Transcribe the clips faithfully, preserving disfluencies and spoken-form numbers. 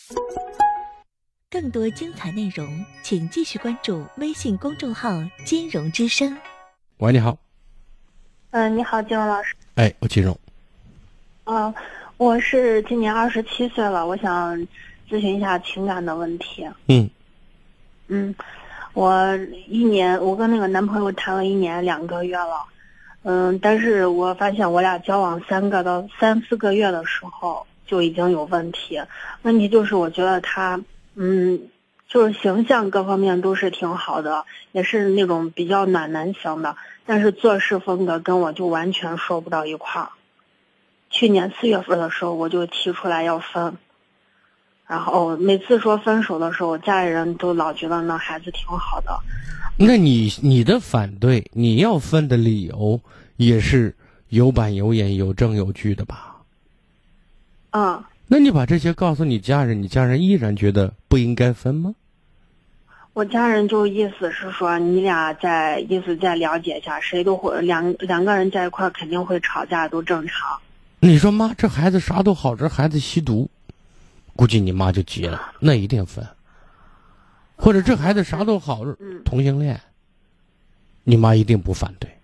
更多精彩内容，请继续关注微信公众号“金融之声”。 喂，你好。 嗯、呃，你好，金融老师。 哎，我金融。 嗯、呃，我是今年二十七岁了，我想咨询一下情感的问题。 嗯。 嗯，我一年，我跟那个男朋友谈了一年两个月了。嗯，但是我发现我俩交往三个到三四个月的时候就已经有问题。问题就是我觉得他，嗯，就是形象各方面都是挺好的，也是那种比较暖男型的，但是做事风格跟我就完全说不到一块儿。去年四月份的时候我就提出来要分，然后每次说分手的时候，家里人都老觉得那孩子挺好的。 那你你的反对，你要分的理由也是有板有眼、有证有据的吧？ 嗯。 那你把这些告诉你家人，你家人依然觉得不应该分吗？ 我家人就意思是说，你俩再意思再了解一下，谁都会两两个人在一块肯定会吵架，都正常。 你说妈，这孩子啥都好，这孩子吸毒，估计你妈就急了，那一定分。或者这孩子啥都好， 嗯， 同性恋，你妈一定不反对。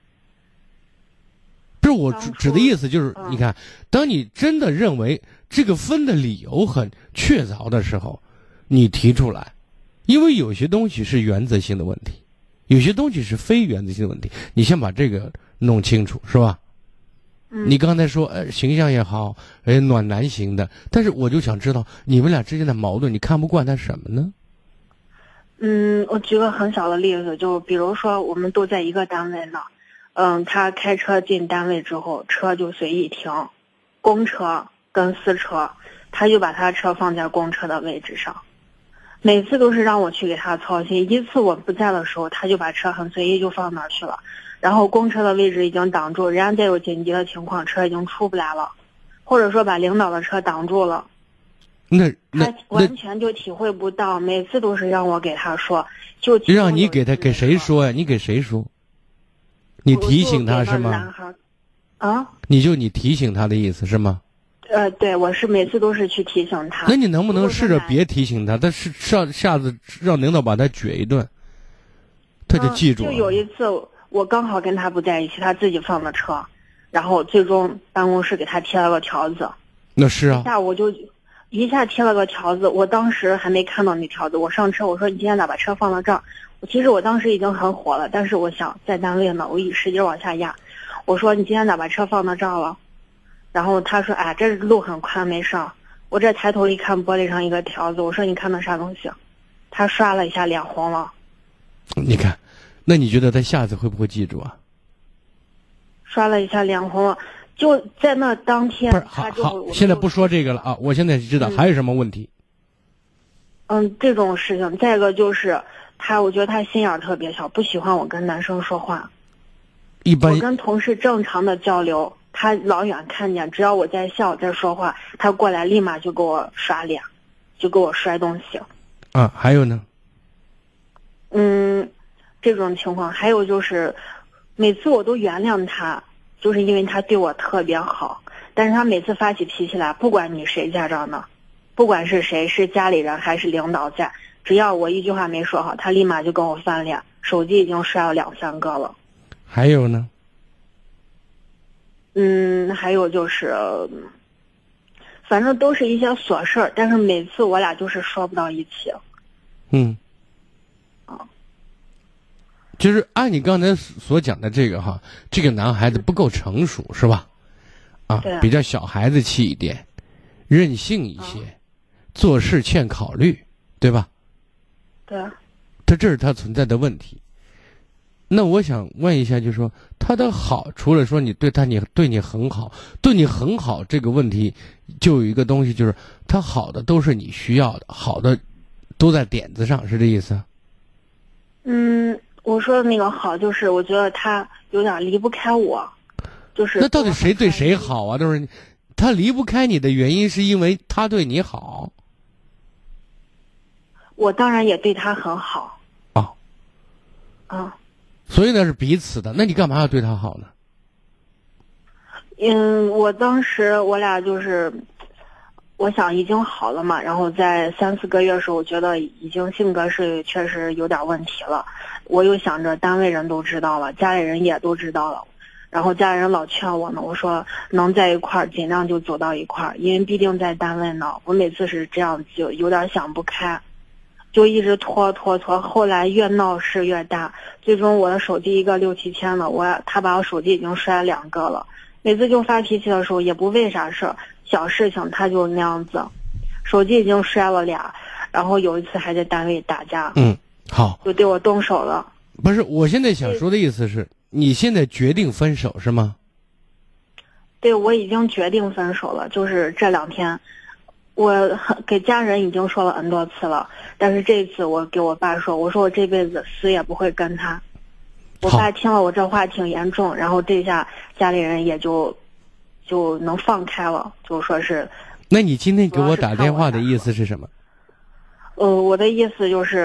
这我指指的意思就是， 嗯、 你看，当你真的认为这个分的理由很确凿的时候，你提出来，因为有些东西是原则性的问题，有些东西是非原则性的问题，你先把这个弄清楚，是吧？ 嗯、 你刚才说，呃，形象也好，呃，暖男型的，但是我就想知道你们俩之间的矛盾，你看不惯他什么呢？ 嗯，我举个很小的例子，就比如说我们都在一个单位呢，嗯，他开车进单位之后，车就随意停，公车跟私车，他就把他车放在公车的位置上，每次都是让我去给他操心。一次我不在的时候，他就把车很随意就放那儿去了，然后公车的位置已经挡住，人家再有紧急的情况，车已经出不来了，或者说把领导的车挡住了。 那那他完全就体会不到，每次都是让我给他说，就让你给他给谁说呀？你给谁说？你提醒他是吗？ 男孩，啊？ 你就你提醒他的意思是吗？ 呃，对，我是每次都是去提醒他。 那你能不能试着别提醒他？他是上下次让领导把他撅一顿，他就记住了。 就有一次我刚好跟他不在一起，他自己放的车，然后最终办公室给他贴了个条子。 那是啊。 一下我就。一下贴了个条子，我当时还没看到那条子，我上车我说你今天咋把车放到这儿？其实我当时已经很火了，但是我想在单位呢，我一使劲往下压，我说你今天咋把车放到这儿了？然后他说哎，这路很宽没事儿。我这抬头一看玻璃上一个条子，我说你看那啥东西？他刷了一下脸红了。 你看，那你觉得他下次会不会记住啊？ 刷了一下脸红了。就在那当天， 不是好好，现在不说这个了啊！我现在知道还有什么问题。 嗯，这种事情，再一个就是他，我觉得他心眼特别小，不喜欢我跟男生说话。 一般我跟同事正常的交流，他老远看见，只要我在笑在说话，他过来立马就给我刷脸，就给我摔东西。 啊，还有呢？ 嗯，这种情况还有就是，每次我都原谅他。就是因为他对我特别好，但是他每次发起脾气来，不管你谁在这儿呢，不管是谁，是家里人还是领导在，只要我一句话没说好，他立马就跟我翻脸，手机已经摔了两三个了。 还有呢？ 嗯，还有就是，反正都是一些琐事儿，但是每次我俩就是说不到一起。 嗯。就是按你刚才所讲的这个哈，这个男孩子不够成熟是吧？啊，比较小孩子气一点，任性一些，做事欠考虑，对吧？ 对。 他这是他存在的问题。那我想问一下，就是说他的好，除了说你对他你对你很好，对你很好这个问题，就有一个东西，就是他好的都是你需要的，好的都在点子上，是这意思？ 嗯。我说的那个好，就是我觉得他有点离不开我，就是那到底谁对谁好啊？都是他离不开你的原因，是因为他对你好。 我当然也对他很好。 啊， 啊， 所以呢是彼此的，那你干嘛要对他好呢？ 嗯，我当时我俩就是， 我想已经好了嘛，然后在三四个月的时候，我觉得已经性格是确实有点问题了。我又想着单位人都知道了，家里人也都知道了，然后家里人老劝我呢，我说能在一块儿尽量就走到一块儿，因为毕竟在单位呢。我每次是这样，就有点想不开，就一直拖拖拖，后来越闹事越大，最终我的手机一个六七千了，我他把我手机已经摔两个了。每次就发脾气的时候也不为啥事儿，小事情他就那样子，手机已经摔了俩，然后有一次还在单位打架， 嗯，好， 就对我动手了。 不是，我现在想说的意思是，你现在决定分手是吗？ 对，我已经决定分手了，就是这两天，我给家人已经说了 N 多次了，但是这次我给我爸说，我说我这辈子死也不会跟他。我爸听了我这话挺严重，然后这下家里人也就就能放开了，就说是。 那你今天给我打电话的意思是什么？ 呃，我的意思就是，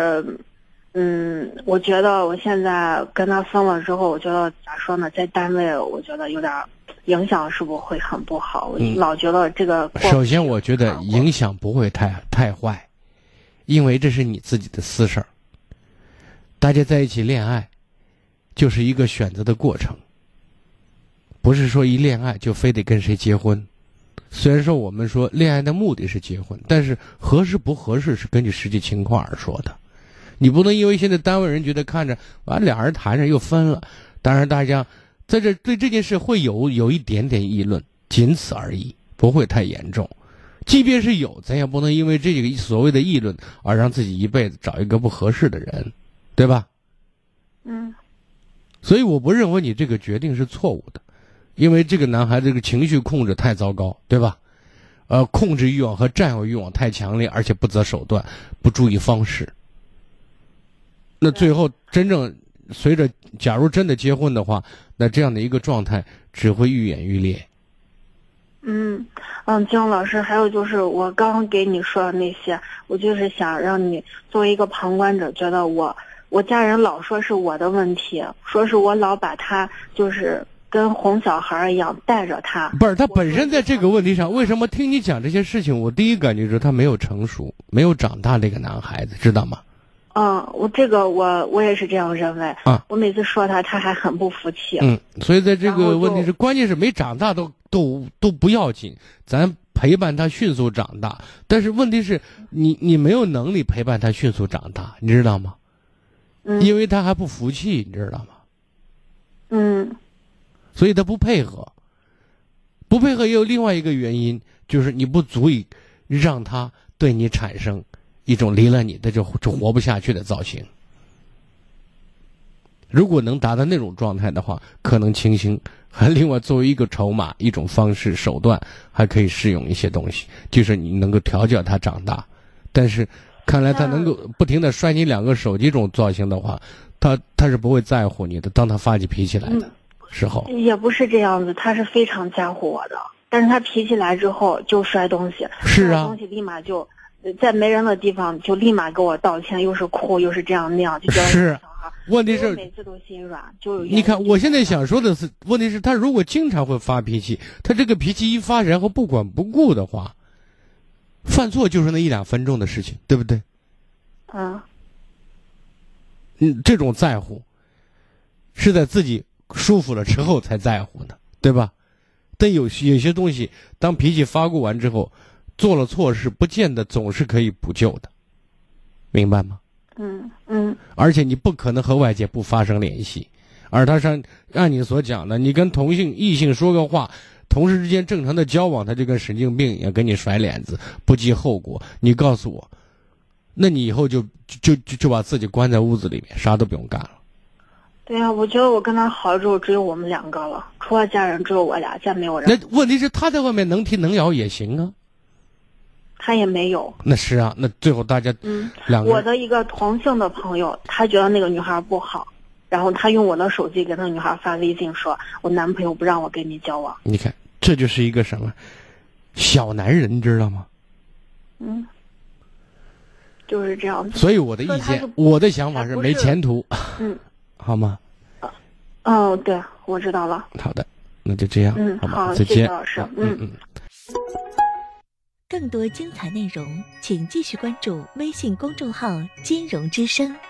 嗯，我觉得我现在跟他分了之后，我觉得咋说呢，在单位我觉得有点影响，是不是会很不好？我老觉得这个、 嗯。首先，我觉得影响不会太太坏，因为这是你自己的私事儿。大家在一起恋爱。就是一个选择的过程，不是说一恋爱就非得跟谁结婚。虽然说我们说恋爱的目的是结婚，但是合适不合适是根据实际情况而说的。你不能因为现在单位人觉得看着完俩人谈着又分了，当然大家在这对这件事会有有一点点议论，仅此而已，不会太严重。即便是有，咱也不能因为这个所谓的议论而让自己一辈子找一个不合适的人，对吧？ 嗯。 所以我不认为你这个决定是错误的，因为这个男孩这个情绪控制太糟糕，对吧？呃，控制欲望和占有欲望太强烈，而且不择手段，不注意方式。那最后真正随着，假如真的结婚的话，那这样的一个状态只会愈演愈烈。 嗯嗯，金老师，还有就是我刚刚给你说的那些，我就是想让你作为一个旁观者，觉得我。我家人老说是我的问题，说是我老把他就是跟哄小孩一样带着他。 不是，他本身在这个问题上，为什么听你讲这些事情，我第一感觉是他没有成熟，没有长大这个男孩子，知道吗？ 嗯，我这个我我也是这样认为。 啊， 我每次说他，他还很不服气。 嗯，所以在这个问题是，关键是没长大都都都不要紧，咱陪伴他迅速长大。但是问题是你你没有能力陪伴他迅速长大，你知道吗？因为他还不服气，你知道吗？ 嗯， 所以他不配合，不配合也有另外一个原因，就是你不足以让他对你产生一种离了你的就就活不下去的造型。如果能达到那种状态的话，可能情形还另外作为一个筹码、一种方式手段，还可以适用一些东西，就是你能够调教他长大，但是。看来他能够不停地摔你两个手机这种造型的话，他他是不会在乎你的。当他发起脾气来的时候， 也不是这样子，他是非常在乎我的。但是他脾气来之后就摔东西， 是啊， 摔东西立马就在没人的地方就立马给我道歉，又是哭又是这样那样，就觉得是小孩。问题是每次都心软，就你看我现在想说的是，问题是他如果经常会发脾气，他这个脾气一发，然后不管不顾的话。犯错就是那一两分钟的事情，对不对？ 嗯。 嗯，这种在乎，是在自己舒服了之后才在乎的，对吧？但有有些东西，当脾气发过完之后，做了错事，不见得总是可以补救的，明白吗？ 嗯嗯。 而且你不可能和外界不发生联系，而他上按你所讲的，你跟同性异性说个话。同事之间正常的交往，他就跟神经病一样，给你甩脸子，不计后果。你告诉我，那你以后就就就就把自己关在屋子里面，啥都不用干了。 对呀、啊，我觉得我跟他好之后，只有我们两个了，除了家人，只有我俩，再没有人。 那问题是他在外面能踢能咬也行啊。 他也没有。 那是啊，那最后大家嗯， 两个。 我的一个同性的朋友，他觉得那个女孩不好。然后他用我的手机给那个女孩发微信说，我男朋友不让我跟你交往。 你看，这就是一个什么小男人，你知道吗？ 嗯，就是这样子。 所以我的意见，我的想法是没前途。 嗯， 好吗？ 哦，对，我知道了。 好的，那就这样。 嗯， 好吧， 好， 再见。 谢谢老师。嗯嗯。 更多精彩内容，请继续关注微信公众号“金融之声”。